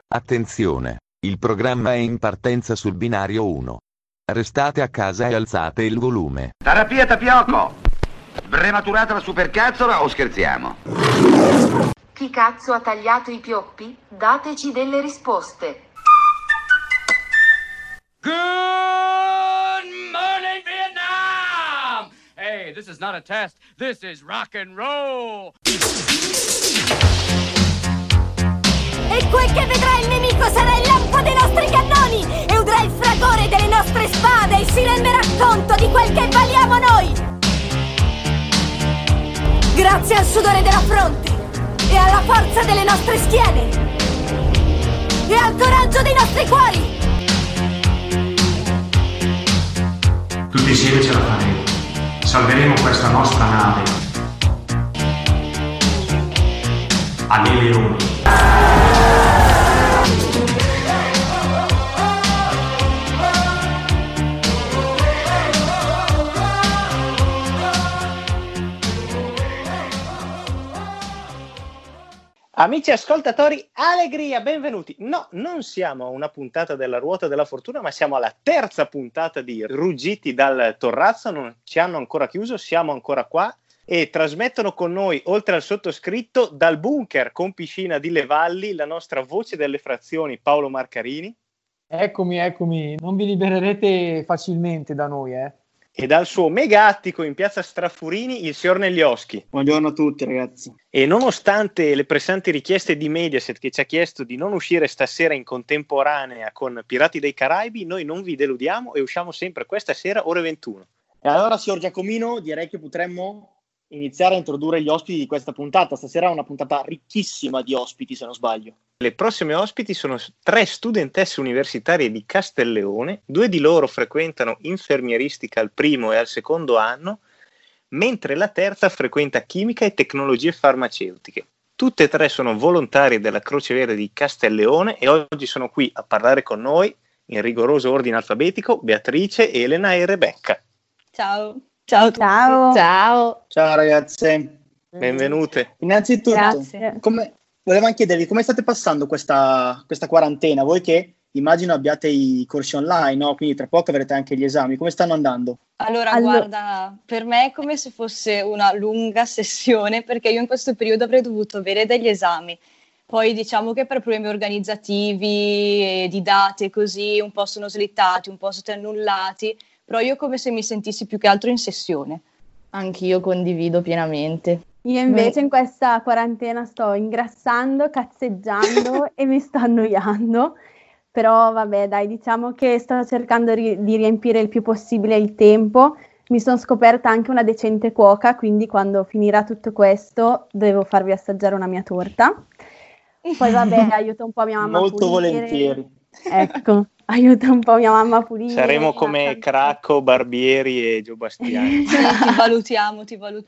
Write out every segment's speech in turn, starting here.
Attenzione, il programma è in partenza sul binario 1. Restate a casa e alzate il volume. Terapia tapioco! Prematurata la supercazzola o scherziamo? Chi cazzo ha tagliato i pioppi? Dateci delle risposte. Good morning, Vietnam! Hey, this is not a test. This is rock and roll. E quel che vedrà il nemico sarà il lampo dei nostri cannoni e udrà il fragore delle nostre spade e si renderà conto di quel che valiamo noi. Grazie al sudore della fronte e alla forza delle nostre schiene e al coraggio dei nostri cuori. Tutti insieme ce la faremo. Salveremo questa nostra nave. Alle leoni. Amici ascoltatori, allegria, benvenuti. No, non siamo a una puntata della Ruota della Fortuna, ma siamo alla terza puntata di Ruggiti dal Torrazzo. Non ci hanno ancora chiuso, siamo ancora qua e trasmettono con noi, oltre al sottoscritto, dal bunker con piscina di Levalli, la nostra voce delle frazioni, Paolo Marcarini. Eccomi, non vi libererete facilmente da noi, E dal suo mega attico in piazza Straffurini, il signor Neglioschi. Buongiorno a tutti ragazzi. E nonostante le pressanti richieste di Mediaset che ci ha chiesto di non uscire stasera in contemporanea con Pirati dei Caraibi, noi non vi deludiamo e usciamo sempre questa sera ore 21. E allora signor Giacomino, direi che potremmo iniziare a introdurre gli ospiti di questa puntata. Stasera è una puntata ricchissima di ospiti, se non sbaglio. Le prossime ospiti sono 3 studentesse universitarie di Castelleone, 2 di loro frequentano infermieristica al primo e al secondo anno, mentre la terza frequenta chimica e tecnologie farmaceutiche. Tutte e 3 sono volontarie della Croce Verde di Castelleone e oggi sono qui a parlare con noi, in rigoroso ordine alfabetico, Beatrice, Elena e Rebecca. Ciao ragazze. Benvenute. Innanzitutto, volevamo chiedervi come state passando questa quarantena, voi che immagino abbiate i corsi online, no? Quindi tra poco avrete anche gli esami, come stanno andando? Allora, guarda, per me è come se fosse una lunga sessione, perché io in questo periodo avrei dovuto avere degli esami. Poi diciamo che per problemi organizzativi, di date così, un po' sono slittati, un po' sono annullati, però io come se mi sentissi più che altro in sessione. Anch'io condivido pienamente. Io invece in questa quarantena sto ingrassando, cazzeggiando e mi sto annoiando, però vabbè dai, diciamo che sto cercando di riempire il più possibile il tempo. Mi sono scoperta anche una decente cuoca, quindi quando finirà tutto questo devo farvi assaggiare una mia torta. Poi vabbè, aiuto un po' mia mamma molto a pulire. Volentieri. Ecco, aiuto un po' mia mamma a pulire. Saremo come Cracco, Barbieri e Gio Bastiani. Sì, ti valutiamo.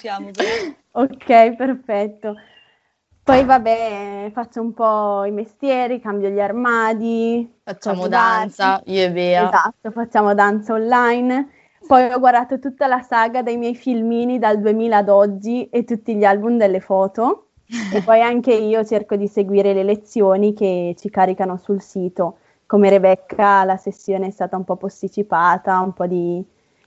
Ok, perfetto. Poi vabbè, faccio un po' i mestieri, cambio gli armadi. Facciamo danza, io e Bea. Esatto, facciamo danza online. Poi ho guardato tutta la saga dei miei filmini dal 2000 ad oggi e tutti gli album delle foto. E poi anche io cerco di seguire le lezioni che ci caricano sul sito. Come Rebecca la sessione è stata un po' posticipata, un po' di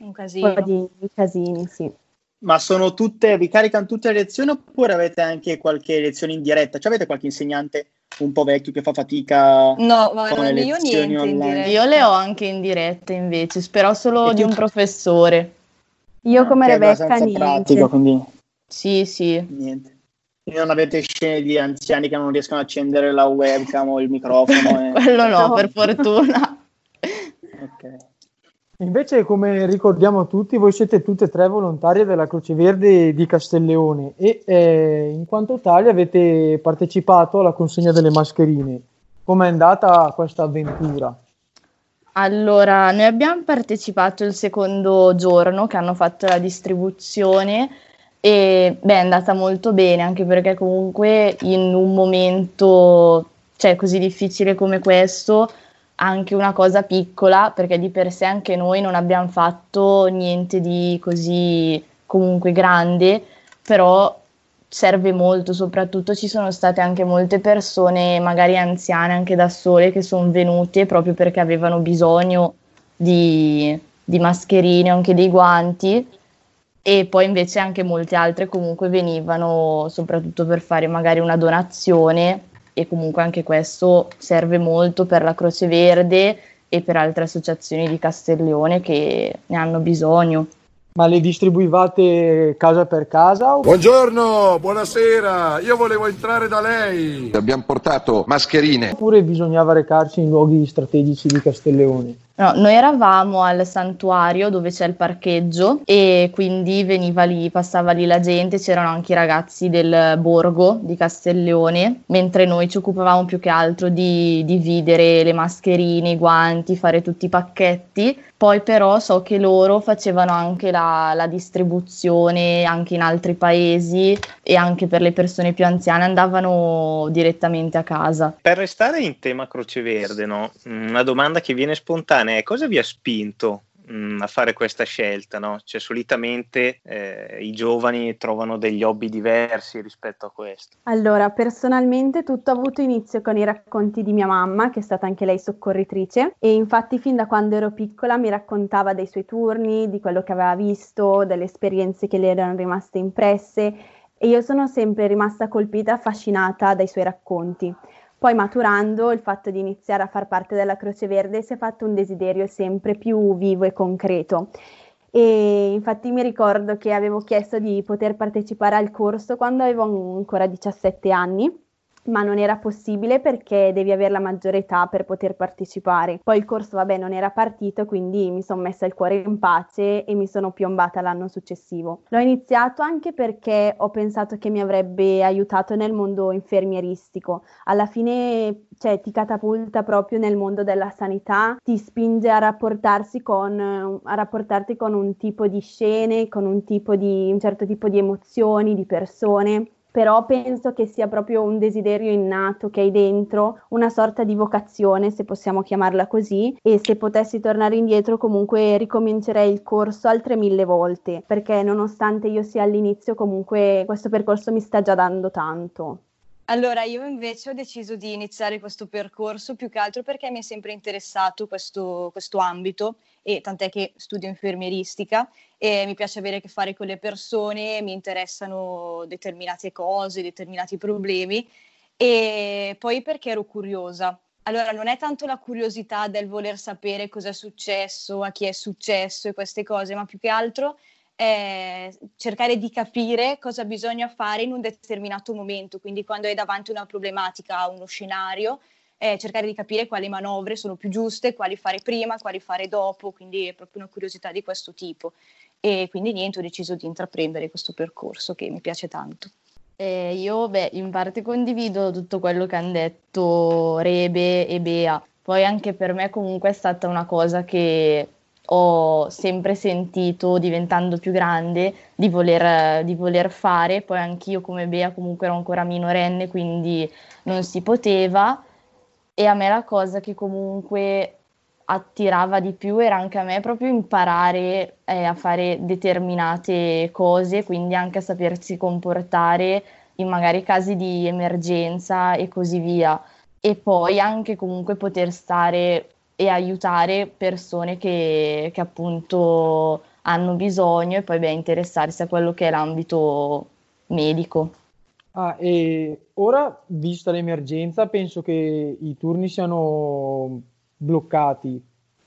casini, sì. Ma vi caricano tutte le lezioni oppure avete anche qualche lezione in diretta? Cioè avete qualche insegnante un po' vecchio che fa fatica? No, con le io lezioni niente in diretta. Io le ho anche in diretta invece, però solo di un professore. Io come Rebecca niente. Pratica, quindi... Sì. Niente. Non avete scene di anziani che non riescono a accendere la webcam o il microfono? Quello no, per fortuna. Ok. Invece, come ricordiamo a tutti, voi siete tutte e 3 volontarie della Croce Verde di Castelleone e in quanto tali avete partecipato alla consegna delle mascherine. Com'è andata questa avventura? Allora, noi abbiamo partecipato il secondo giorno che hanno fatto la distribuzione e è andata molto bene, anche perché comunque in un momento così difficile come questo, anche una cosa piccola, perché di per sé anche noi non abbiamo fatto niente di così comunque grande, però serve molto, soprattutto ci sono state anche molte persone, magari anziane, anche da sole, che sono venute proprio perché avevano bisogno di mascherine, anche dei guanti, e poi invece anche molte altre comunque venivano soprattutto per fare magari una donazione, e comunque anche questo serve molto per la Croce Verde e per altre associazioni di Castelleone che ne hanno bisogno. Ma le distribuivate casa per casa? Buongiorno, buonasera, io volevo entrare da lei. Abbiamo portato mascherine. Oppure bisognava recarsi in luoghi strategici di Castelleone? No, noi eravamo al santuario dove c'è il parcheggio e quindi passava lì la gente, c'erano anche i ragazzi del borgo di Castelleone, mentre noi ci occupavamo più che altro di dividere le mascherine, i guanti, fare tutti i pacchetti. Poi però so che loro facevano anche la distribuzione anche in altri paesi, e anche per le persone più anziane andavano direttamente a casa. Per restare in tema Croce Verde, no? Una domanda che viene spontanea è: cosa vi ha spinto a fare questa scelta, no? Cioè, solitamente i giovani trovano degli hobby diversi rispetto a questo. Allora, personalmente tutto ha avuto inizio con i racconti di mia mamma, che è stata anche lei soccorritrice, e infatti fin da quando ero piccola mi raccontava dei suoi turni, di quello che aveva visto, delle esperienze che le erano rimaste impresse, e io sono sempre rimasta colpita e affascinata dai suoi racconti. Poi maturando, il fatto di iniziare a far parte della Croce Verde si è fatto un desiderio sempre più vivo e concreto. E infatti mi ricordo che avevo chiesto di poter partecipare al corso quando avevo ancora 17 anni, ma non era possibile perché devi avere la maggiore età per poter partecipare. Poi il corso, non era partito, quindi mi sono messa il cuore in pace e mi sono piombata l'anno successivo. L'ho iniziato anche perché ho pensato che mi avrebbe aiutato nel mondo infermieristico. Alla fine, ti catapulta proprio nel mondo della sanità, ti spinge a rapportarti con un tipo di scene, con un certo tipo di emozioni, di persone. Però penso che sia proprio un desiderio innato che hai dentro, una sorta di vocazione, se possiamo chiamarla così, e se potessi tornare indietro comunque ricomincerei il corso altre 1000 volte, perché nonostante io sia all'inizio, comunque questo percorso mi sta già dando tanto. Allora, io invece ho deciso di iniziare questo percorso più che altro perché mi è sempre interessato questo ambito, e tant'è che studio infermieristica e mi piace avere a che fare con le persone, mi interessano determinate cose, determinati problemi, e poi perché ero curiosa. Allora, non è tanto la curiosità del voler sapere cosa è successo, a chi è successo e queste cose, ma più che altro cercare di capire cosa bisogna fare in un determinato momento, quindi quando hai davanti una problematica, uno scenario, cercare di capire quali manovre sono più giuste, quali fare prima, quali fare dopo, quindi è proprio una curiosità di questo tipo, e quindi niente, ho deciso di intraprendere questo percorso che mi piace tanto. Io in parte condivido tutto quello che hanno detto Rebe e Bea, poi anche per me comunque è stata una cosa che ho sempre sentito diventando più grande di voler fare. Poi anch'io come Bea comunque ero ancora minorenne, quindi non si poteva, e a me la cosa che comunque attirava di più era anche a me proprio imparare a fare determinate cose, quindi anche a sapersi comportare in magari casi di emergenza e così via, e poi anche comunque poter stare e aiutare persone che appunto hanno bisogno, e poi interessarsi a quello che è l'ambito medico. E ora, vista l'emergenza, penso che i turni siano bloccati.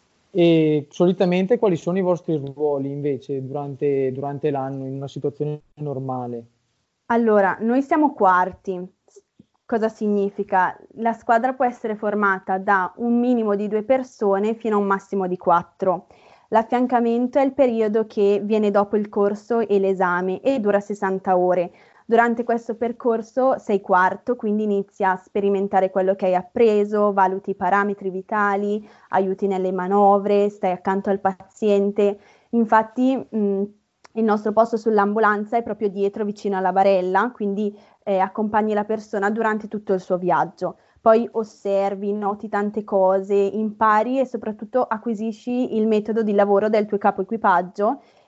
E solitamente quali sono i vostri ruoli invece durante l'anno in una situazione normale? Allora, noi siamo quarti. Cosa significa? La squadra può essere formata da un minimo di 2 persone fino a un massimo di 4. L'affiancamento è il periodo che viene dopo il corso e l'esame e dura 60 ore. Durante questo percorso sei quarto, quindi inizi a sperimentare quello che hai appreso, valuti i parametri vitali, aiuti nelle manovre, stai accanto al paziente. Infatti il nostro posto sull'ambulanza è proprio dietro, vicino alla barella, quindi accompagni la persona durante tutto il suo viaggio. Poi osservi, noti tante cose, impari e soprattutto acquisisci il metodo di lavoro del tuo capo equipaggio,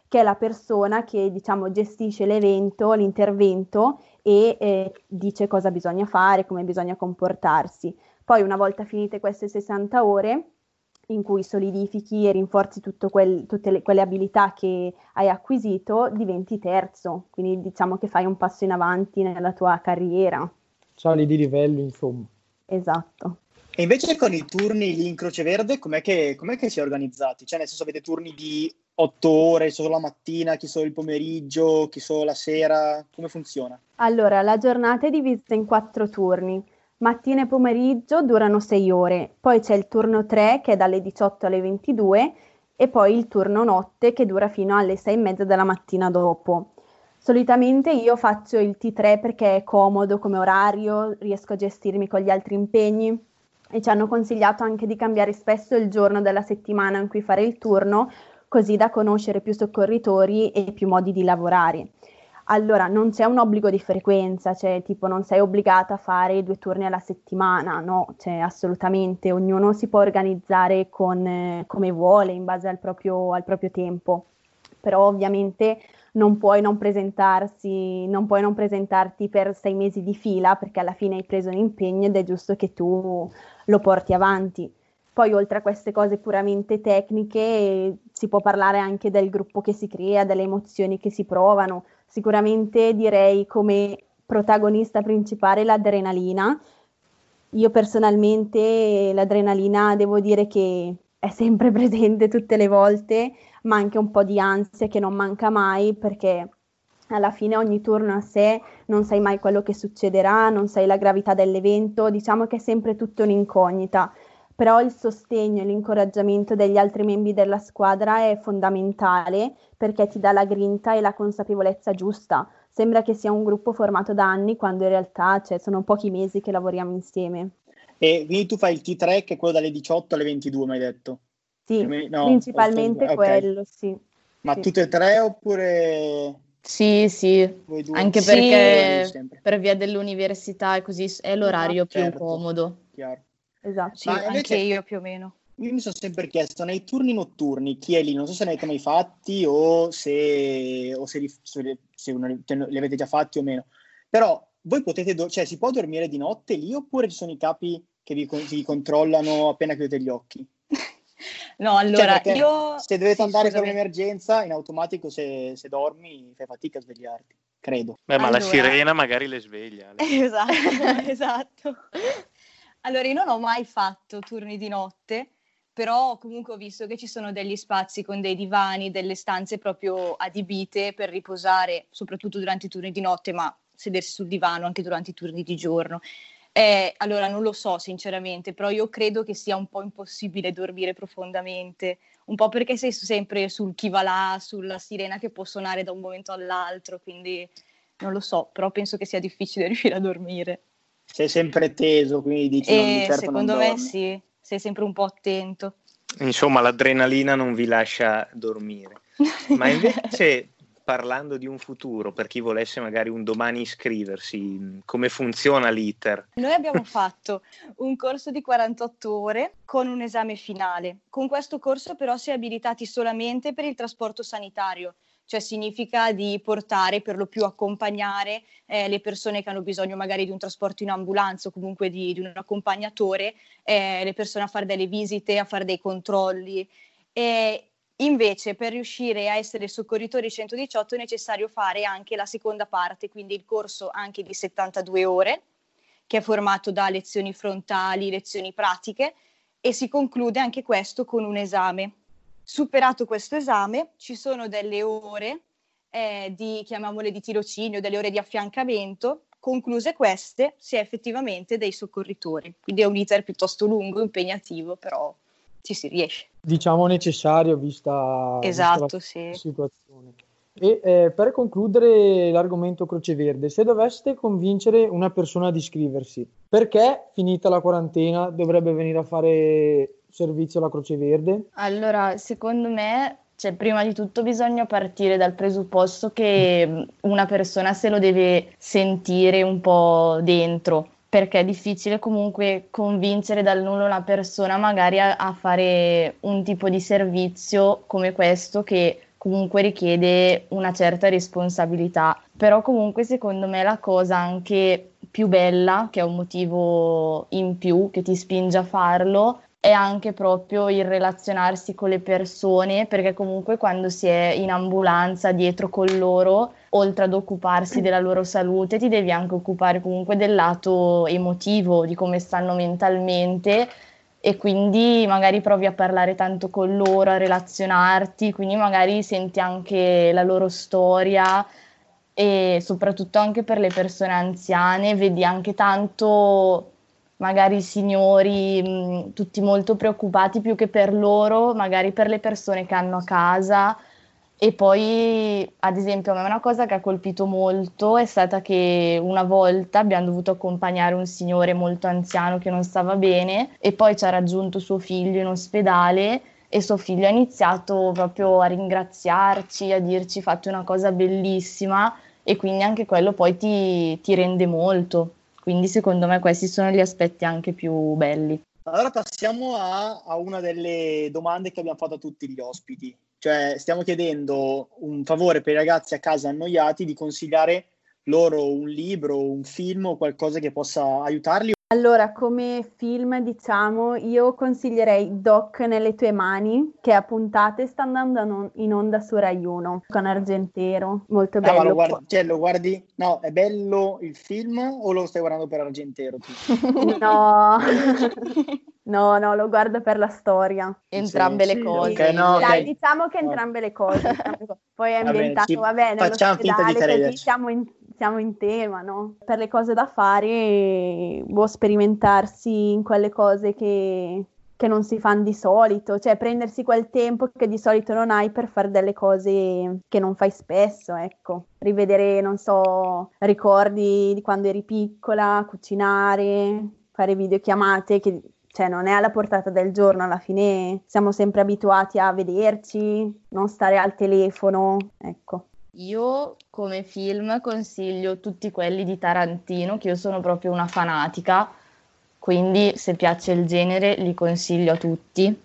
che è la persona che, diciamo, gestisce l'evento, l'intervento e dice cosa bisogna fare, come bisogna comportarsi. Poi una volta finite queste 60 ore, in cui solidifichi e rinforzi tutte quelle abilità che hai acquisito, diventi terzo, quindi diciamo che fai un passo in avanti nella tua carriera. Sali di livello, insomma. Esatto. E invece con i turni lì in Croce Verde, com'è che si è organizzati? Cioè, nel senso, avete turni di 8 ore, solo la mattina, chi solo il pomeriggio, chi solo la sera? Come funziona? Allora, la giornata è divisa in 4 turni. Mattina e pomeriggio durano 6 ore, poi c'è il turno 3 che è dalle 18 alle 22 e poi il turno notte che dura fino alle 6:30 della mattina dopo. Solitamente io faccio il T3 perché è comodo come orario, riesco a gestirmi con gli altri impegni e ci hanno consigliato anche di cambiare spesso il giorno della settimana in cui fare il turno, così da conoscere più soccorritori e più modi di lavorare. Allora, non c'è un obbligo di frequenza, cioè tipo non sei obbligata a fare 2 turni alla settimana, no, cioè assolutamente, ognuno si può organizzare come vuole, in base al proprio tempo, però ovviamente non puoi non presentarti per 6 mesi di fila, perché alla fine hai preso un impegno ed è giusto che tu lo porti avanti. Poi oltre a queste cose puramente tecniche si può parlare anche del gruppo che si crea, delle emozioni che si provano. Sicuramente direi come protagonista principale l'adrenalina. Io personalmente l'adrenalina devo dire che è sempre presente tutte le volte, ma anche un po' di ansia che non manca mai, perché alla fine ogni turno a sé, non sai mai quello che succederà, non sai la gravità dell'evento, diciamo che è sempre tutto un'incognita. Però il sostegno e l'incoraggiamento degli altri membri della squadra è fondamentale perché ti dà la grinta e la consapevolezza giusta. Sembra che sia un gruppo formato da anni quando in realtà sono pochi mesi che lavoriamo insieme. E quindi tu fai il T3 che è quello dalle 18 alle 22, mi hai detto? Sì, no, principalmente quello, sì. Ma sì. Tutte e tre oppure... Sì, anche perché per via dell'università e così è l'orario più comodo. Chiaro. Esatto, sì, anche io più o meno. Io mi sono sempre chiesto, nei turni notturni, chi è lì? Non so se ne avete mai fatti o se li avete già fatti o meno. Però voi potete, si può dormire di notte lì oppure ci sono i capi che vi controllano appena chiudete gli occhi? No, allora io... Se dovete andare per un'emergenza, in automatico se dormi fai fatica a svegliarti, credo. Ma la sirena magari le sveglia. Esatto. Allora, io non ho mai fatto turni di notte, però comunque ho visto che ci sono degli spazi con dei divani, delle stanze proprio adibite per riposare, soprattutto durante i turni di notte, ma sedersi sul divano anche durante i turni di giorno. Allora, non lo so sinceramente, però io credo che sia un po' impossibile dormire profondamente, un po' perché sei sempre sul chi va là, sulla sirena che può suonare da un momento all'altro, quindi non lo so, però penso che sia difficile riuscire a dormire. Sei sempre teso, quindi dici secondo me sì, sei sempre un po' attento. Insomma, l'adrenalina non vi lascia dormire. Ma invece, parlando di un futuro, per chi volesse magari un domani iscriversi, come funziona l'iter? Noi abbiamo fatto un corso di 48 ore con un esame finale. Con questo corso però si è abilitati solamente per il trasporto sanitario. Cioè significa di portare, per lo più accompagnare le persone che hanno bisogno magari di un trasporto in ambulanza o comunque di un accompagnatore, le persone a fare delle visite, a fare dei controlli. Invece per riuscire a essere soccorritori 118 è necessario fare anche la seconda parte, quindi il corso anche di 72 ore, che è formato da lezioni frontali, lezioni pratiche, e si conclude anche questo con un esame. Superato questo esame ci sono delle ore chiamiamole di tirocinio, delle ore di affiancamento. Concluse queste si è effettivamente dei soccorritori, quindi è un iter piuttosto lungo, impegnativo, però ci si riesce. Diciamo necessario vista la situazione. E per concludere l'argomento Croce Verde, se doveste convincere una persona ad iscriversi, perché finita la quarantena dovrebbe venire a fare servizio alla Croce Verde? Allora, secondo me, prima di tutto bisogna partire dal presupposto che una persona se lo deve sentire un po' dentro, perché è difficile comunque convincere dal nulla una persona magari a fare un tipo di servizio come questo che comunque richiede una certa responsabilità. Però comunque secondo me la cosa anche più bella, che è un motivo in più che ti spinge a farlo, è anche proprio il relazionarsi con le persone, perché comunque quando si è in ambulanza dietro con loro, oltre ad occuparsi della loro salute, ti devi anche occupare comunque del lato emotivo, di come stanno mentalmente, e quindi magari provi a parlare tanto con loro, a relazionarti, quindi magari senti anche la loro storia, e soprattutto anche per le persone anziane vedi anche tanto magari i signori tutti molto preoccupati più che per loro, magari per le persone che hanno a casa. E poi, ad esempio, a me una cosa che ha colpito molto è stata che una volta abbiamo dovuto accompagnare un signore molto anziano che non stava bene, e poi ci ha raggiunto suo figlio in ospedale e suo figlio ha iniziato proprio a ringraziarci, a dirci fate una cosa bellissima, e quindi anche quello poi ti rende molto. Quindi secondo me questi sono gli aspetti anche più belli. Allora passiamo a una delle domande che abbiamo fatto a tutti gli ospiti. Cioè stiamo chiedendo un favore per i ragazzi a casa annoiati di consigliare loro un libro, un film o qualcosa che possa aiutarli. Allora, come film, diciamo, io consiglierei Doc nelle tue mani, che a puntate sta andando in onda su Rai 1, con Argentero, molto bello. Ma lo guardi? No, è bello il film o lo stai guardando per Argentero? No, lo guardo per la storia. Entrambe le cose. Okay, no, Dai, okay. diciamo che entrambe le cose. Poi è ambientato, facciamo finta di nell'ospedale, crederci. così siamo in tema, no? Per le cose da fare, sperimentarsi in quelle cose che non si fanno di solito, cioè prendersi quel tempo che di solito non hai per fare delle cose che non fai spesso, ecco. Rivedere, non so, ricordi di quando eri piccola, cucinare, fare videochiamate che... Cioè non è alla portata del giorno, alla fine siamo sempre abituati a vederci, non stare al telefono, ecco. Io come film consiglio tutti quelli di Tarantino, che io sono proprio una fanatica, quindi se piace il genere li consiglio a tutti.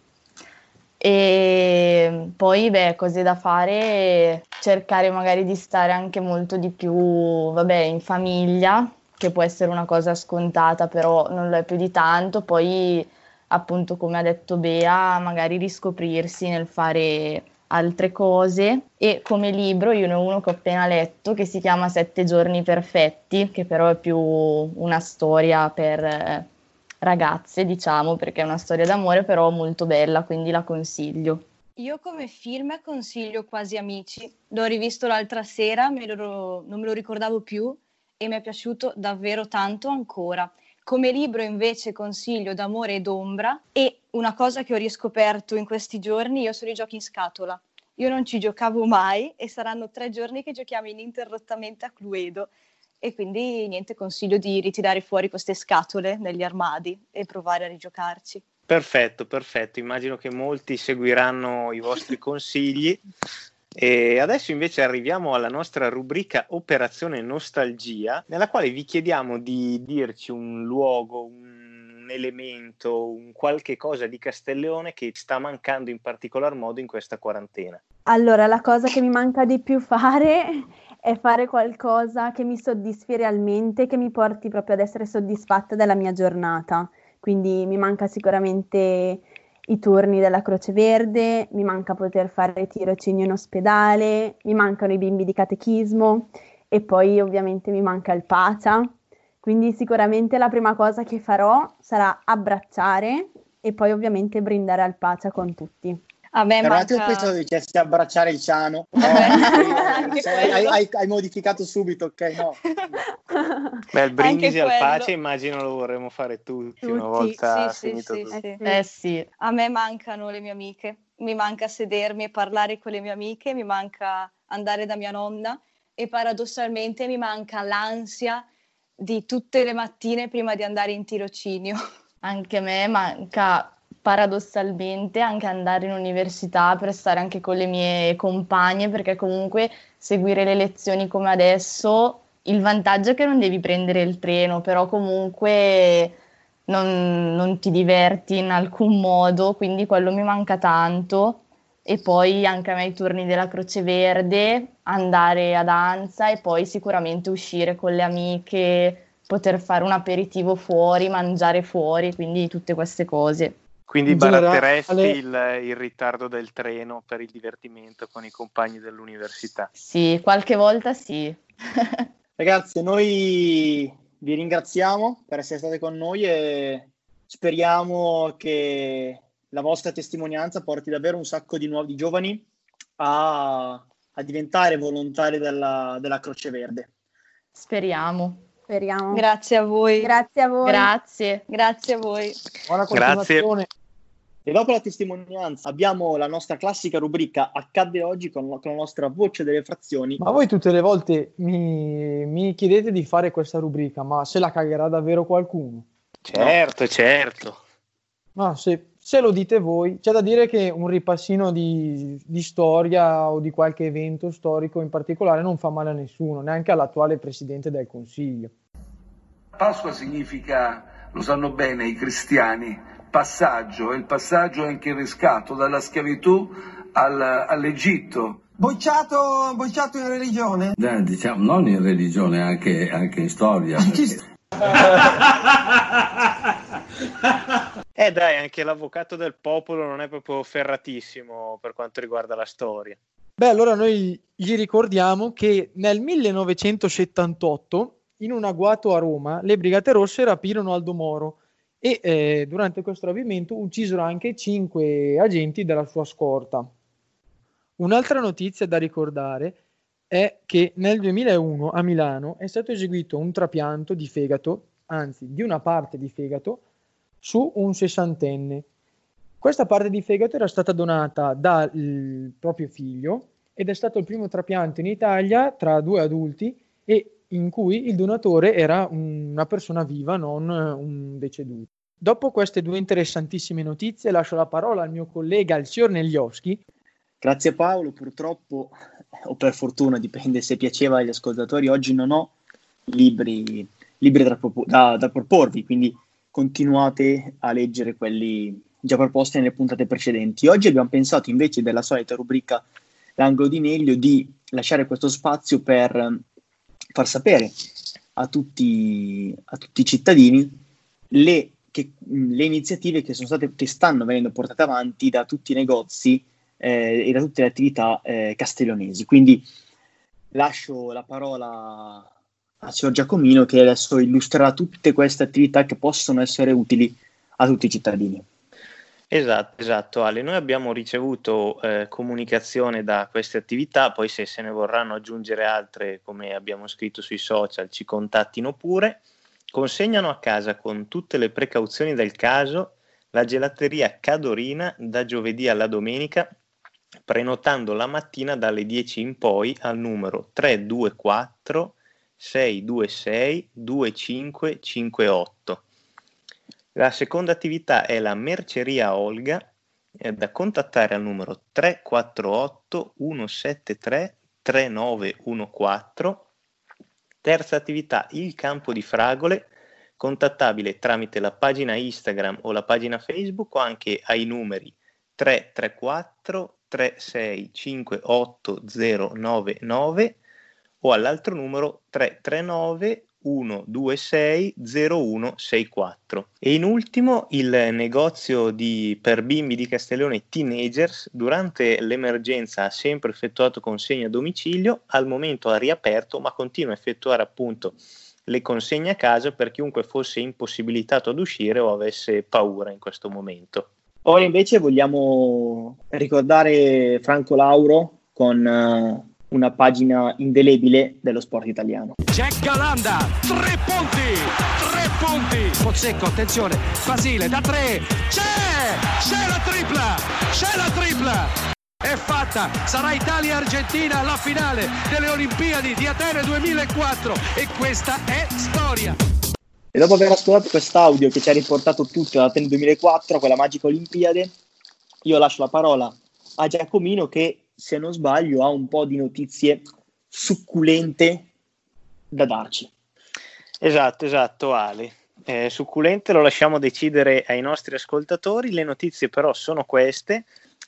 E poi cose da fare, cercare magari di stare anche molto di più, in famiglia, che può essere una cosa scontata, però non lo è più di tanto. Poi, appunto, come ha detto Bea, magari riscoprirsi nel fare altre cose. E come libro io ne ho uno che ho appena letto, che si chiama 7 giorni perfetti, che però è più una storia per ragazze, diciamo, perché è una storia d'amore, però molto bella, quindi la consiglio. Io come film consiglio Quasi amici. L'ho rivisto l'altra sera, non me lo ricordavo più, e mi è piaciuto davvero tanto ancora. Come libro invece consiglio D'amore ed ombra, e una cosa che ho riscoperto in questi giorni, io sono i giochi in scatola. Io non ci giocavo mai e saranno 3 giorni che giochiamo ininterrottamente a Cluedo, e quindi niente, consiglio di ritirare fuori queste scatole negli armadi e provare a rigiocarci. Perfetto, immagino che molti seguiranno i vostri consigli. E adesso invece arriviamo alla nostra rubrica Operazione Nostalgia, nella quale vi chiediamo di dirci un luogo, un elemento, un qualche cosa di Castelleone che sta mancando in particolar modo in questa quarantena. Allora, la cosa che mi manca di più fare è fare qualcosa che mi soddisfi realmente, che mi porti proprio ad essere soddisfatta della mia giornata. Quindi mi manca sicuramente i turni della Croce Verde, mi manca poter fare tirocinio in ospedale, mi mancano i bimbi di catechismo e poi ovviamente mi manca il PACA. Quindi sicuramente la prima cosa che farò sarà abbracciare e poi ovviamente brindare al PACA con tutti. A me per un attimo manca... pensavo dicessi abbracciare il ciano. Hai modificato subito, ok? No. Il brindisi al pace immagino lo vorremmo fare tutti una volta finito tutto. Sì. A me mancano le mie amiche, mi manca sedermi e parlare con le mie amiche, mi manca andare da mia nonna e paradossalmente mi manca l'ansia di tutte le mattine prima di andare in tirocinio. Anche a me manca paradossalmente anche andare in università per stare anche con le mie compagne, perché comunque seguire le lezioni come adesso, il vantaggio è che non devi prendere il treno, però comunque non ti diverti in alcun modo, quindi quello mi manca tanto. e poi anche a me i turni della Croce Verde, andare a danza e poi sicuramente uscire con le amiche, poter fare un aperitivo fuori, mangiare fuori, quindi tutte queste cose. Quindi In baratteresti generale- il ritardo del treno per il divertimento con i compagni dell'università? Sì, qualche volta sì. Ragazzi, noi vi ringraziamo per essere state con noi e speriamo che la vostra testimonianza porti davvero un sacco di nuovi giovani a diventare volontari della Croce Verde. Speriamo. Speriamo. Grazie a voi. Grazie a voi. Grazie. Grazie a voi. Buona continuazione. E dopo la testimonianza abbiamo la nostra classica rubrica Accadde oggi con la nostra voce delle frazioni. Ma voi tutte le volte mi chiedete di fare questa rubrica, ma se la cagherà davvero qualcuno? Certo. Ma se lo dite voi, c'è da dire che un ripassino di storia o di qualche evento storico in particolare non fa male a nessuno, neanche all'attuale Presidente del Consiglio. Pasqua significa, lo sanno bene i cristiani, passaggio, e il passaggio è anche il riscatto dalla schiavitù all'Egitto. Bocciato in religione? Diciamo, non in religione, anche in storia. Dai, anche l'avvocato del popolo non è proprio ferratissimo per quanto riguarda la storia. Beh, allora noi gli ricordiamo che nel 1978, in un agguato a Roma, le Brigate Rosse rapirono Aldo Moro e durante questo rapimento uccisero anche 5 agenti della sua scorta. Un'altra notizia da ricordare è che nel 2001 a Milano è stato eseguito un trapianto di fegato, anzi di una parte di fegato, su un 60enne. Questa parte di fegato era stata donata dal proprio figlio ed è stato il primo trapianto in Italia tra 2 adulti e in cui il donatore era una persona viva, non un deceduto. Dopo queste 2 interessantissime notizie lascio la parola al mio collega, il signor Neglioschi. Grazie Paolo, purtroppo, o per fortuna, dipende se piaceva agli ascoltatori, oggi non ho libri da proporvi, quindi continuate a leggere quelli già proposti nelle puntate precedenti. Oggi abbiamo pensato, invece della solita rubrica L'angolo di Neglio, di lasciare questo spazio per far sapere a tutti i cittadini le iniziative che stanno venendo portate avanti da tutti i negozi e da tutte le attività castellonesi. Quindi lascio la parola a signor Giacomino, che adesso illustrerà tutte queste attività che possono essere utili a tutti i cittadini. Esatto Ale, noi abbiamo ricevuto comunicazione da queste attività, poi se ne vorranno aggiungere altre, come abbiamo scritto sui social, ci contattino pure. Consegnano a casa con tutte le precauzioni del caso la gelateria Cadorina da giovedì alla domenica, prenotando la mattina dalle 10 in poi al numero 324 626 2558. La seconda attività è la merceria Olga, da contattare al numero 348 173 3914. Terza attività, il campo di fragole, contattabile tramite la pagina Instagram o la pagina Facebook o anche ai numeri 334 3658099 o all'altro numero 339 126 0164. E in ultimo il negozio per bimbi di Castellone Teenagers durante l'emergenza ha sempre effettuato consegne a domicilio, al momento ha riaperto ma continua a effettuare appunto le consegne a casa per chiunque fosse impossibilitato ad uscire o avesse paura in questo momento. Ora invece vogliamo ricordare Franco Lauro con una pagina indelebile dello sport italiano. Jack Galanda, 3 punti, Pozzecco, attenzione, Basile da 3, c'è la tripla, è fatta, sarà Italia-Argentina alla finale delle Olimpiadi di Atene 2004 e questa è storia. E dopo aver ascoltato quest'audio che ci ha riportato tutto da Atene 2004, quella magica Olimpiade, io lascio la parola a Giacomino che, se non sbaglio, ha un po' di notizie succulente da darci. Esatto Ale. Succulente lo lasciamo decidere ai nostri ascoltatori, le notizie però sono queste.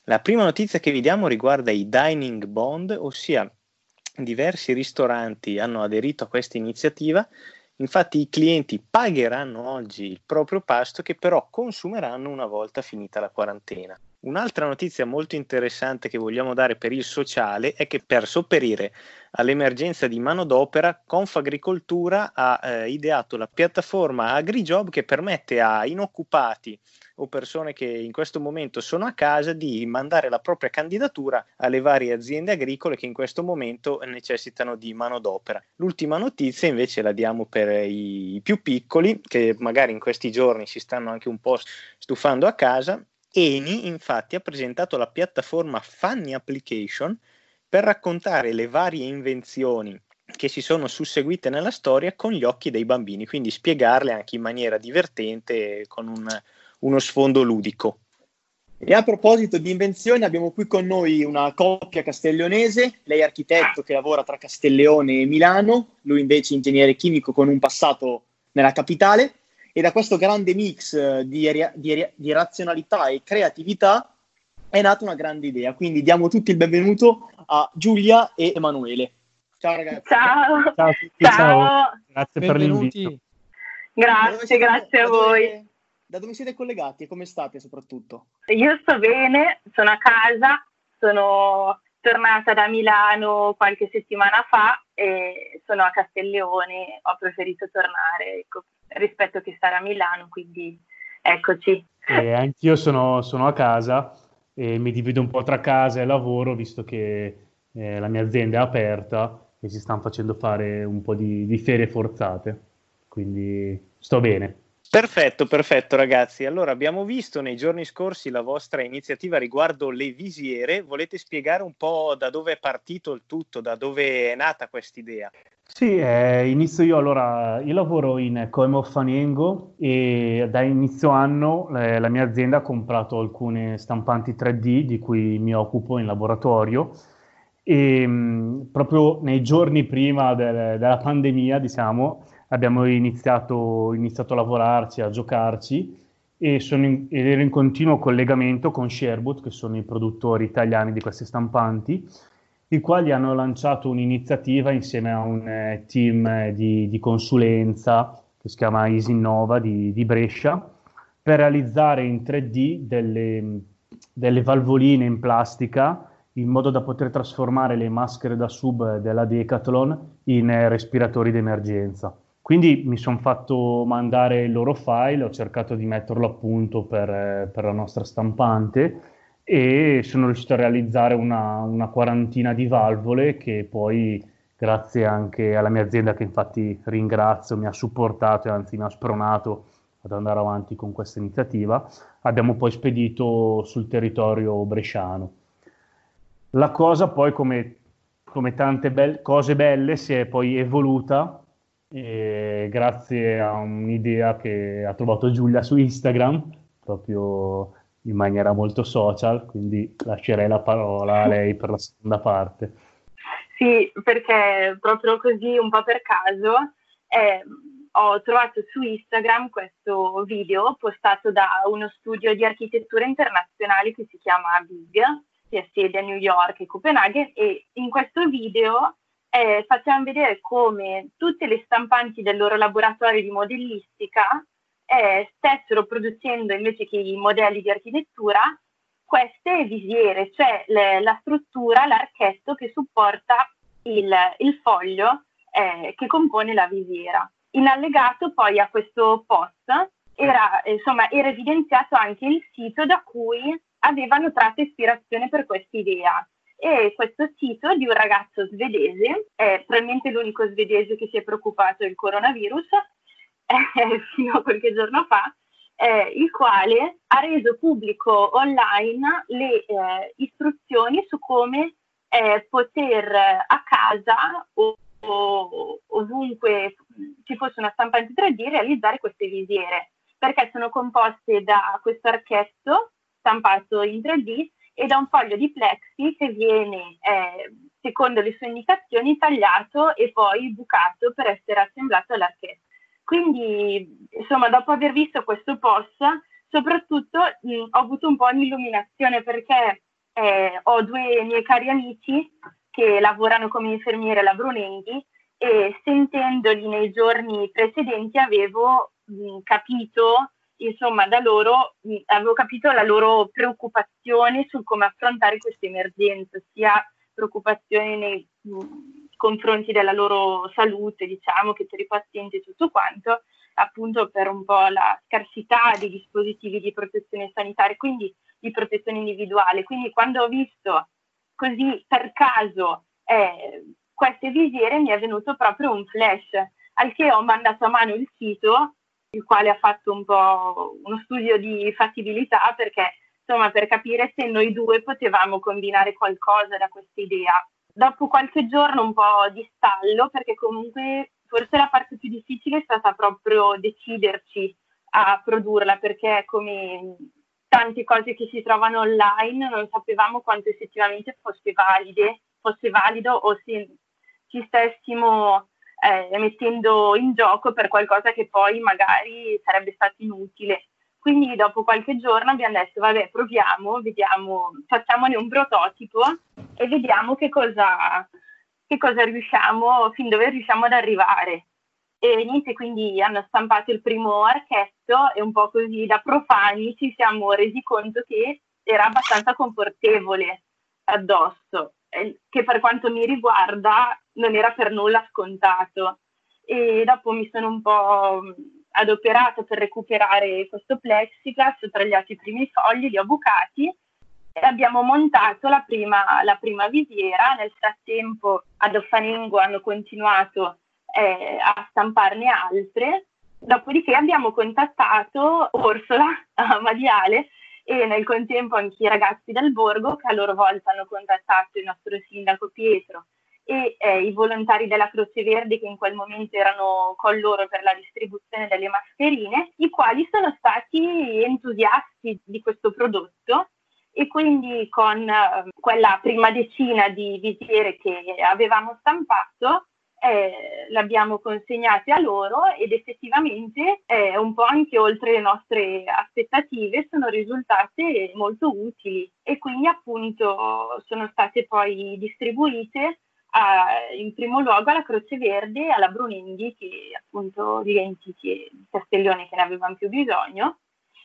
La prima notizia che vi diamo riguarda i Dining Bond, ossia diversi ristoranti hanno aderito a questa iniziativa. Infatti i clienti pagheranno oggi il proprio pasto, che però consumeranno una volta finita la quarantena. Un'altra notizia molto interessante che vogliamo dare per il sociale è che per sopperire all'emergenza di manodopera, Confagricoltura ha ideato la piattaforma AgriJob, che permette a inoccupati o persone che in questo momento sono a casa di mandare la propria candidatura alle varie aziende agricole che in questo momento necessitano di manodopera. L'ultima notizia invece la diamo per i più piccoli, che magari in questi giorni si stanno anche un po' stufando a casa. Eni infatti ha presentato la piattaforma Funny Application per raccontare le varie invenzioni che si sono susseguite nella storia con gli occhi dei bambini, quindi spiegarle anche in maniera divertente con uno sfondo ludico. E a proposito di invenzioni, abbiamo qui con noi una coppia castellonese, lei è architetto che lavora tra Castelleone e Milano, lui invece ingegnere chimico con un passato nella capitale, e da questo grande mix di razionalità e creatività è nata una grande idea. Quindi diamo tutti il benvenuto a Giulia e Emanuele. Ciao ragazzi. Ciao. Ciao a tutti, Ciao. Grazie per l'invito. Grazie a voi. Da dove siete collegati e come state soprattutto? Io sto bene, sono a casa, sono tornata da Milano qualche settimana fa e sono a Castelleone, ho preferito tornare, ecco, rispetto che stare a Milano, quindi eccoci. Anch'io sono a casa e mi divido un po' tra casa e lavoro, visto che la mia azienda è aperta e si stanno facendo fare un po' di ferie forzate, quindi sto bene. Perfetto ragazzi. Allora, abbiamo visto nei giorni scorsi la vostra iniziativa riguardo le visiere. Volete spiegare un po' da dove è partito il tutto, da dove è nata quest'idea? Sì, inizio io. Allora, io lavoro in Coemo Fanengo e da inizio anno la mia azienda ha comprato alcune stampanti 3D di cui mi occupo in laboratorio e proprio nei giorni prima della pandemia, diciamo, abbiamo iniziato a lavorarci, a giocarci ed ero in continuo collegamento con Sherwood, che sono i produttori italiani di queste stampanti, i quali hanno lanciato un'iniziativa insieme a un team di consulenza che si chiama Isinnova di Brescia, per realizzare in 3D delle valvoline in plastica in modo da poter trasformare le maschere da sub della Decathlon in respiratori d'emergenza. Quindi mi sono fatto mandare il loro file, ho cercato di metterlo a punto per la nostra stampante e sono riuscito a realizzare una quarantina di valvole che poi, grazie anche alla mia azienda, che infatti ringrazio, mi ha supportato e anzi mi ha spronato ad andare avanti con questa iniziativa, abbiamo poi spedito sul territorio bresciano. La cosa poi, come tante cose belle, si è poi evoluta grazie a un'idea che ha trovato Giulia su Instagram, proprio in maniera molto social, quindi lascerei la parola a lei per la seconda parte. Sì, perché proprio così, un po' per caso, ho trovato su Instagram questo video postato da uno studio di architettura internazionale che si chiama BIG, che ha sede a New York e Copenaghen, e in questo video facciamo vedere come tutte le stampanti del loro laboratorio di modellistica stessero producendo, invece che i modelli di architettura, queste visiere, cioè la struttura, l'archetto che supporta il foglio che compone la visiera. In allegato poi a questo post era evidenziato anche il sito da cui avevano tratto ispirazione per questa idea. E questo sito di un ragazzo svedese, è probabilmente l'unico svedese che si è preoccupato del coronavirus, fino a qualche giorno fa, il quale ha reso pubblico online le istruzioni su come poter a casa o ovunque ci fosse una stampante 3D realizzare queste visiere, perché sono composte da questo archetto stampato in 3D e da un foglio di plexi che viene, secondo le sue indicazioni, tagliato e poi bucato per essere assemblato all'archetto. Quindi, insomma, dopo aver visto questo post, soprattutto ho avuto un po' un'illuminazione, perché ho due miei cari amici che lavorano come infermiere alla Brunenghi e sentendoli nei giorni precedenti avevo capito, insomma, da loro avevo capito la loro preoccupazione sul come affrontare questa emergenza, sia preoccupazione nei confronti della loro salute, diciamo, che per i pazienti e tutto quanto, appunto per un po' la scarsità dei dispositivi di protezione sanitaria, quindi di protezione individuale. Quindi quando ho visto così per caso queste visiere mi è venuto proprio un flash, al che ho mandato a mano il sito, il quale ha fatto un po' uno studio di fattibilità, perché insomma per capire se noi due potevamo combinare qualcosa da questa idea. Dopo qualche giorno un po' di stallo, perché comunque forse la parte più difficile è stata proprio deciderci a produrla, perché come tante cose che si trovano online non sapevamo quanto effettivamente fosse valido o se ci stessimo mettendo in gioco per qualcosa che poi magari sarebbe stato inutile. Quindi dopo qualche giorno abbiamo detto vabbè, proviamo, vediamo, facciamone un prototipo e vediamo che cosa riusciamo, fin dove riusciamo ad arrivare. E niente, quindi hanno stampato il primo archetto e un po' così da profani ci siamo resi conto che era abbastanza confortevole addosso, che per quanto mi riguarda non era per nulla scontato. E dopo mi sono un po' adoperata per recuperare questo plexiglass, ho tagliato i primi fogli, li ho bucati e abbiamo montato la prima visiera. Nel frattempo ad Offanengo hanno continuato a stamparne altre, dopodiché abbiamo contattato Orsola Madiale e nel contempo anche i ragazzi del borgo, che a loro volta hanno contattato il nostro sindaco Pietro e i volontari della Croce Verde, che in quel momento erano con loro per la distribuzione delle mascherine, i quali sono stati entusiasti di questo prodotto e quindi con quella prima decina di visiere che avevamo stampato l'abbiamo consegnate a loro ed effettivamente un po' anche oltre le nostre aspettative sono risultate molto utili e quindi appunto sono state poi distribuite in primo luogo alla Croce Verde e alla Brunenghi, che appunto di Lentiti e Castiglione che ne avevano più bisogno,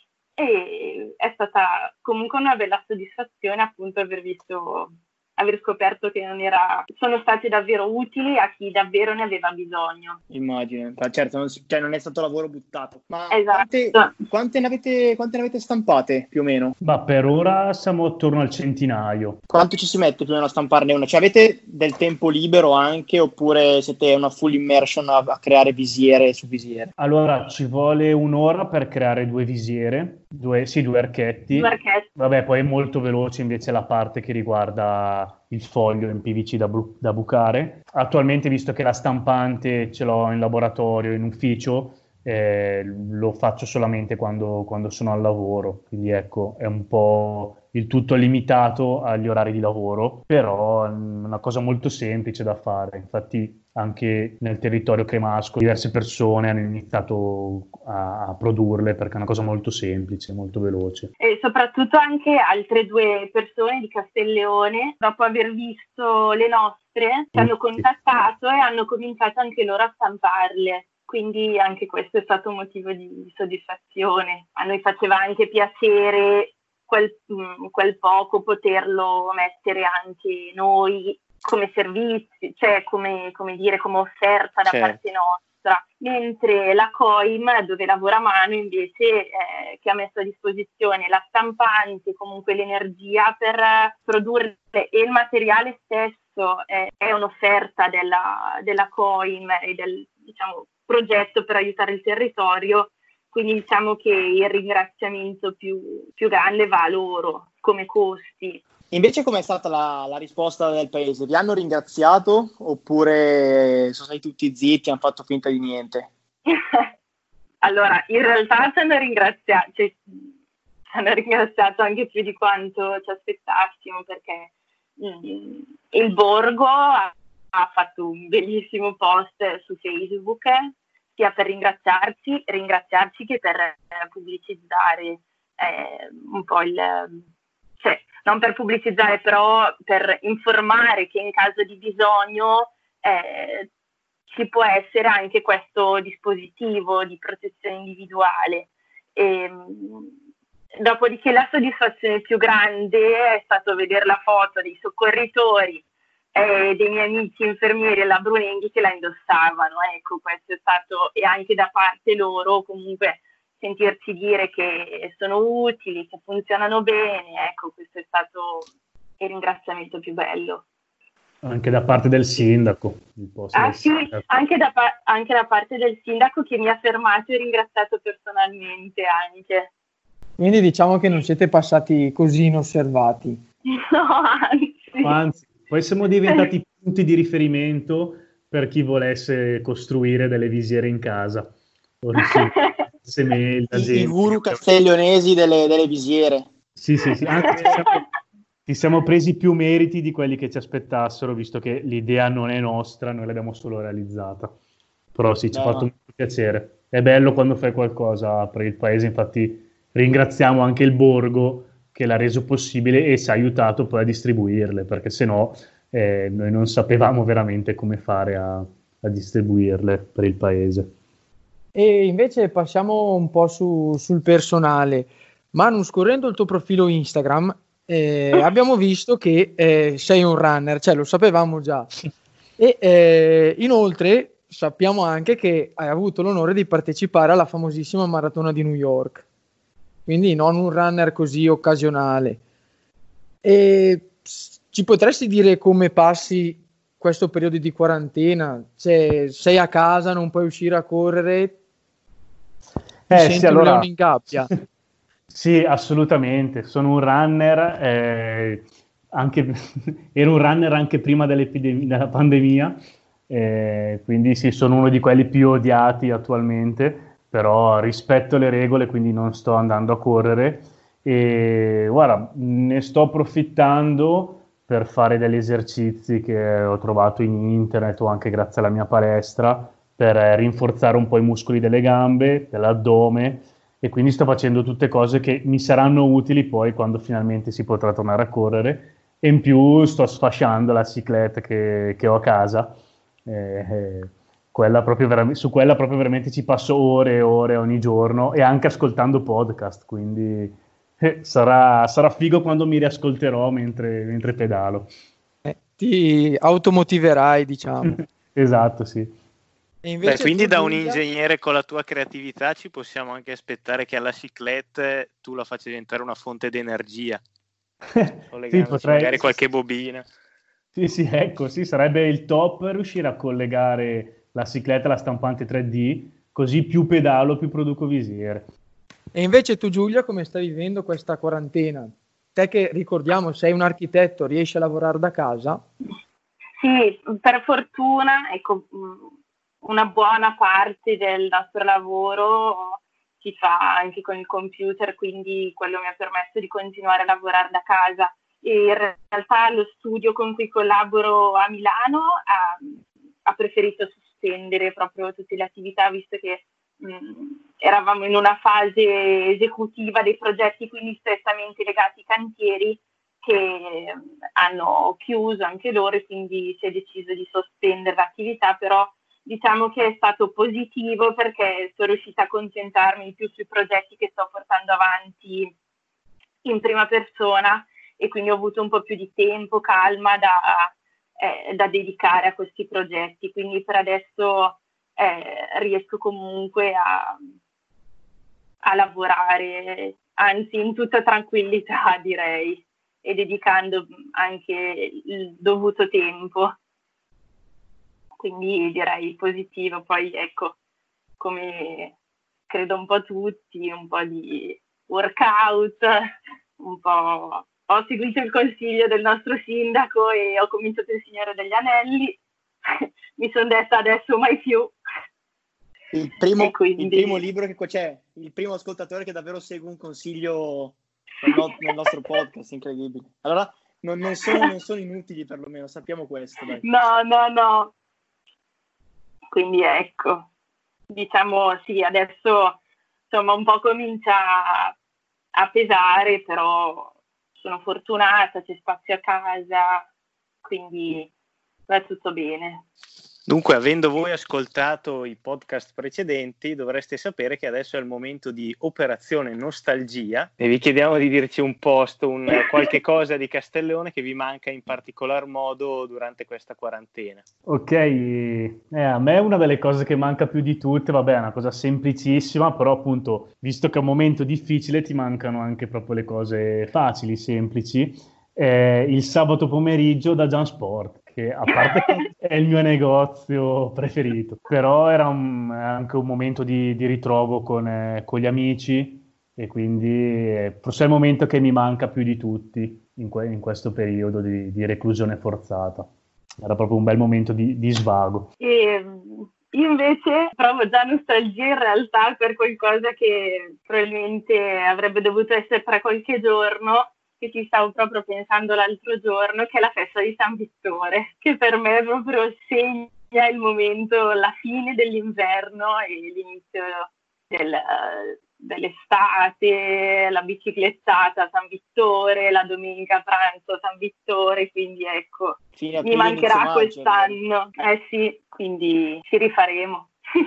e è stata comunque una bella soddisfazione appunto aver scoperto che sono stati davvero utili a chi davvero ne aveva bisogno. Immagino, certo, non è stato lavoro buttato. Ma esatto. quante ne avete stampate più o meno? Ma per ora siamo attorno al centinaio. Quanto ci si mette più o meno a stamparne una? Cioè avete del tempo libero anche oppure siete una full immersion a creare visiere su visiere? Allora ci vuole un'ora per creare due visiere, due archetti. Vabbè, poi è molto veloce invece la parte che riguarda il foglio in PVC da bucare. Attualmente, visto che la stampante ce l'ho in laboratorio, in ufficio, lo faccio solamente quando sono al lavoro, quindi ecco, è un po' il tutto limitato agli orari di lavoro, però è una cosa molto semplice da fare. Infatti anche nel territorio cremasco diverse persone hanno iniziato a produrle perché è una cosa molto semplice, molto veloce. E soprattutto anche altre due persone di Castelleone, dopo aver visto le nostre, ci hanno contattato e hanno cominciato anche loro a stamparle. Quindi anche questo è stato un motivo di soddisfazione. A noi faceva anche piacere quel poco poterlo mettere anche noi come servizio, cioè come offerta da parte nostra, mentre la COIM, dove lavora Manu, invece che ha messo a disposizione la stampante, comunque l'energia per produrre e il materiale stesso è un'offerta della COIM e del progetto per aiutare il territorio, quindi diciamo che il ringraziamento più grande va a loro come costi. Invece com'è stata la risposta del paese? Vi hanno ringraziato oppure sono stati tutti zitti e hanno fatto finta di niente? Allora, in realtà ci hanno ringraziato anche più di quanto ci aspettassimo, perché il borgo ha fatto un bellissimo post su Facebook, sia per ringraziarci che per pubblicizzare un po' non per pubblicizzare, però per informare che in caso di bisogno ci può essere anche questo dispositivo di protezione individuale. Dopodiché la soddisfazione più grande è stato vedere la foto dei soccorritori e dei miei amici infermieri e labrunenghi che la indossavano. Ecco, questo è stato, e anche da parte loro comunque sentirci dire che sono utili, che funzionano bene, ecco, questo è stato il ringraziamento più bello. Anche da parte del sindaco. Sì, anche da parte del sindaco, che mi ha fermato e ringraziato personalmente anche. Quindi diciamo che non siete passati così inosservati. No, anzi, poi siamo diventati punti di riferimento per chi volesse costruire delle visiere in casa. I guru castiglionesi delle visiere. Sì, anche ci siamo presi più meriti di quelli che ci aspettassero, visto che l'idea non è nostra, noi l'abbiamo solo realizzata. Però sì, ci ha fatto molto piacere. È bello quando fai qualcosa per il paese, infatti ringraziamo anche il borgo che l'ha reso possibile e ci ha aiutato poi a distribuirle, perché sennò noi non sapevamo veramente come fare a distribuirle per il paese. E invece passiamo un po' sul personale. Manu, scorrendo il tuo profilo Instagram, abbiamo visto che sei un runner, cioè lo sapevamo già. E inoltre sappiamo anche che hai avuto l'onore di partecipare alla famosissima maratona di New York. Quindi non un runner così occasionale. E ci potresti dire come passi questo periodo di quarantena? Cioè, sei a casa, non puoi uscire a correre? Sì, allora, un leone in gabbia? Sì, assolutamente. Sono un runner, ero un runner anche prima della pandemia, quindi sì, sono uno di quelli più odiati attualmente, però rispetto le regole, quindi non sto andando a correre e guarda, ne sto approfittando per fare degli esercizi che ho trovato in internet o anche grazie alla mia palestra per rinforzare un po' i muscoli delle gambe, dell'addome, e quindi sto facendo tutte cose che mi saranno utili poi quando finalmente si potrà tornare a correre, e in più sto sfasciando la cicletta che ho a casa. Su quella proprio veramente ci passo ore e ore ogni giorno, e anche ascoltando podcast, quindi sarà figo quando mi riascolterò mentre pedalo. Ti automotiverai, diciamo. Esatto, sì. Quindi da un ingegnere con la tua creatività ci possiamo anche aspettare che alla ciclette tu la faccia diventare una fonte di energia, collegandoci magari qualche bobina. Sì, ecco, sì, sarebbe il top riuscire a collegare la cicletta alla stampante 3D, così più pedalo, più produco visiere. E invece tu, Giulia, come stai vivendo questa quarantena? Te che, ricordiamo, sei un architetto, riesci a lavorare da casa? Sì, per fortuna, ecco, una buona parte del nostro lavoro si fa anche con il computer, quindi quello mi ha permesso di continuare a lavorare da casa. E in realtà lo studio con cui collaboro a Milano ha preferito sospendere proprio tutte le attività, visto che eravamo in una fase esecutiva dei progetti, quindi strettamente legati ai cantieri, che hanno chiuso anche loro, e quindi si è deciso di sospendere l'attività. Però diciamo che è stato positivo, perché sono riuscita a concentrarmi più sui progetti che sto portando avanti in prima persona, e quindi ho avuto un po' più di tempo, calma da dedicare a questi progetti. Quindi per adesso riesco comunque a lavorare, anzi in tutta tranquillità, direi, e dedicando anche il dovuto tempo. Quindi direi positivo. Poi ecco, come credo un po' tutti, un po' di workout, un po'... Ho seguito il consiglio del nostro sindaco e ho cominciato il Signore degli Anelli. Mi sono detta adesso mai più. Il primo libro che c'è, il primo ascoltatore che davvero segue un consiglio nel nostro podcast, incredibile. Allora non sono inutili, perlomeno, sappiamo questo. Dai. No. Quindi ecco, diciamo sì, adesso insomma un po' comincia a pesare, però sono fortunata, c'è spazio a casa, quindi va tutto bene. Dunque, avendo voi ascoltato i podcast precedenti, dovreste sapere che adesso è il momento di Operazione Nostalgia e vi chiediamo di dirci un posto, qualche cosa di Castelleone che vi manca in particolar modo durante questa quarantena. Ok, a me una delle cose che manca più di tutte, vabbè, è una cosa semplicissima, però appunto, visto che è un momento difficile, ti mancano anche proprio le cose facili, semplici. Il sabato pomeriggio da Gian Sport, che a parte che è il mio negozio preferito, però era anche un momento di ritrovo con gli amici, e quindi forse è il momento che mi manca più di tutti in questo periodo di reclusione forzata. Era proprio un bel momento di svago. E io invece provo già nostalgia in realtà per qualcosa che probabilmente avrebbe dovuto essere tra qualche giorno, che ci stavo proprio pensando l'altro giorno, che è la festa di San Vittore, che per me proprio segna il momento, la fine dell'inverno e l'inizio dell'estate, la biciclettata a San Vittore, la domenica a pranzo a San Vittore, quindi ecco, mi mancherà quest'anno. Sì, quindi ci rifaremo.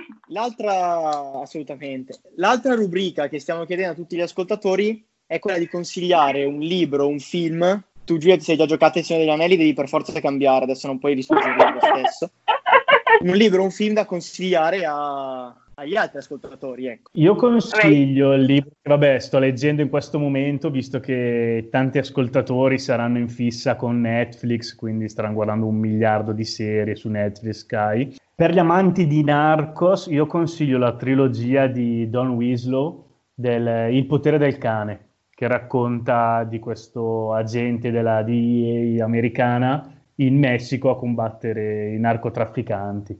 Assolutamente. L'altra rubrica che stiamo chiedendo a tutti gli ascoltatori è quella di consigliare un libro, un film. Tu, Giulia, ti sei già giocata Il Signore degli Anelli, devi per forza cambiare, adesso non puoi rispondere lo stesso. Un libro, un film da consigliare agli altri ascoltatori, ecco. Io consiglio il libro che, vabbè, sto leggendo in questo momento, visto che tanti ascoltatori saranno in fissa con Netflix, quindi staranno guardando 1 miliardo di serie su Netflix, Sky. Per gli amanti di Narcos, io consiglio la trilogia di Don Winslow, Il potere del cane, che racconta di questo agente della DEA americana in Messico a combattere i narcotrafficanti.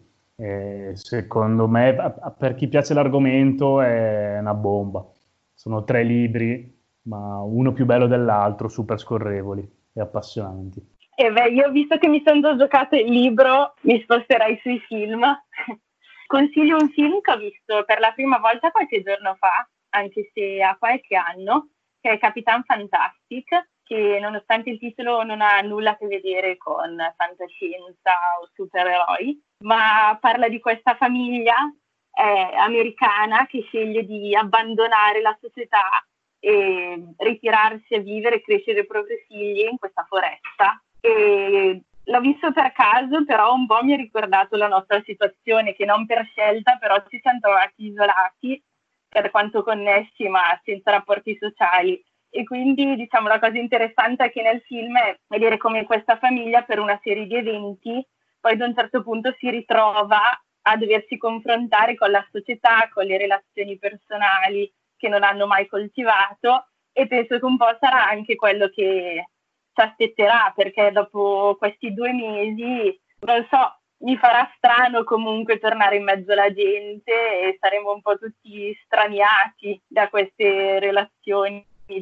Secondo me, per chi piace l'argomento, è una bomba. Sono 3 libri, ma uno più bello dell'altro, super scorrevoli e appassionanti. Io, visto che mi sono già giocato il libro, mi sposterei sui film. Consiglio un film che ho visto per la prima volta qualche giorno fa, anche se ha qualche anno, che è Capitan Fantastic, che nonostante il titolo non ha nulla a che vedere con fantascienza o supereroi, ma parla di questa famiglia americana che sceglie di abbandonare la società e ritirarsi a vivere e crescere i propri figli in questa foresta. E l'ho visto per caso, però un po' mi ha ricordato la nostra situazione, che non per scelta, però ci siamo trovati isolati, per quanto connessi, ma senza rapporti sociali. E quindi, diciamo, la cosa interessante è che nel film è vedere come questa famiglia, per una serie di eventi, poi ad un certo punto si ritrova a doversi confrontare con la società, con le relazioni personali che non hanno mai coltivato, e penso che un po' sarà anche quello che ci aspetterà, perché dopo questi 2 mesi, non so, mi farà strano comunque tornare in mezzo alla gente e saremo un po' tutti straniati da queste relazioni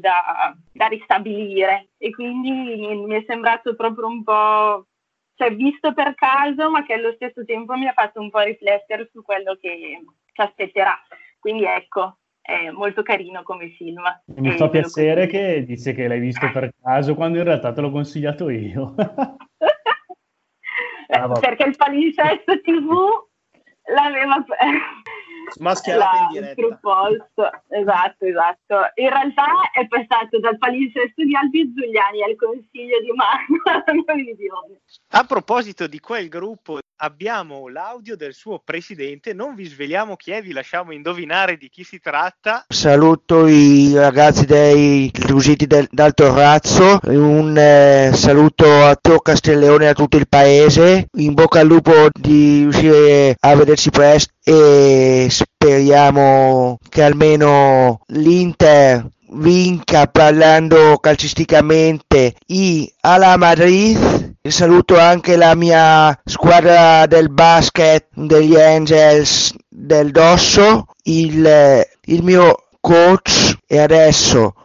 da ristabilire, e quindi mi è sembrato proprio un po', cioè, visto per caso, ma che allo stesso tempo mi ha fatto un po' riflettere su quello che ci aspetterà. Quindi ecco, è molto carino come film. Mi fa piacere che dice che l'hai visto per caso, quando in realtà te l'ho consigliato io. Perché il palinsesto TV l'aveva smascherato in diretta. Proposto. Esatto. In realtà è passato dal palinsesto di Albi Giuliani al consiglio di Manu alla visione. A proposito di quel gruppo, abbiamo l'audio del suo presidente, non vi sveliamo chi è, vi lasciamo indovinare di chi si tratta. Saluto i ragazzi dei Riusciti dal Torrazzo, un saluto a tutto Castelleone e a tutto il paese, in bocca al lupo di riuscire a vederci presto e speriamo che almeno l'Inter vinca, parlando calcisticamente, alla Madrid. Saluto anche la mia squadra del basket degli Angels del Dosso, il mio coach, e adesso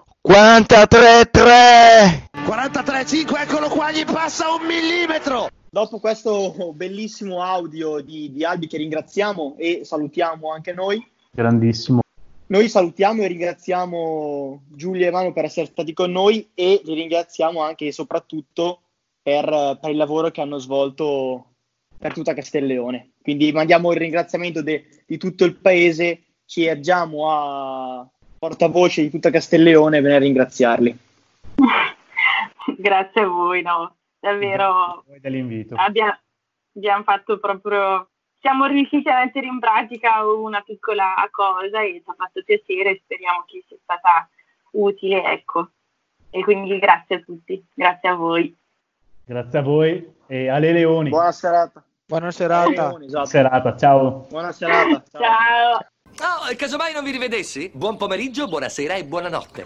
43-3, 43-5, eccolo qua, gli passa 1 millimetro. Dopo questo bellissimo audio di Albi, che ringraziamo e salutiamo anche noi, grandissimo, Noi salutiamo e ringraziamo Giulia e Manu per essere stati con noi e li ringraziamo anche e soprattutto per il lavoro che hanno svolto per tutta Castelleone. Quindi mandiamo il ringraziamento di tutto il paese, ci ergiamo a portavoce di tutta Castelleone per ringraziarli. Grazie a voi, no? Davvero dell'invito. Abbiamo fatto proprio... Siamo riusciti a mettere in pratica una piccola cosa e ci ha fatto piacere e speriamo che sia stata utile, ecco. E quindi grazie a tutti, grazie a voi. Grazie a voi e alle Leoni. Buona serata. Buona serata. Leoni, esatto. Buona serata, ciao. Buona serata. Ciao. Oh, casomai non vi rivedessi? Buon pomeriggio, buonasera e buonanotte.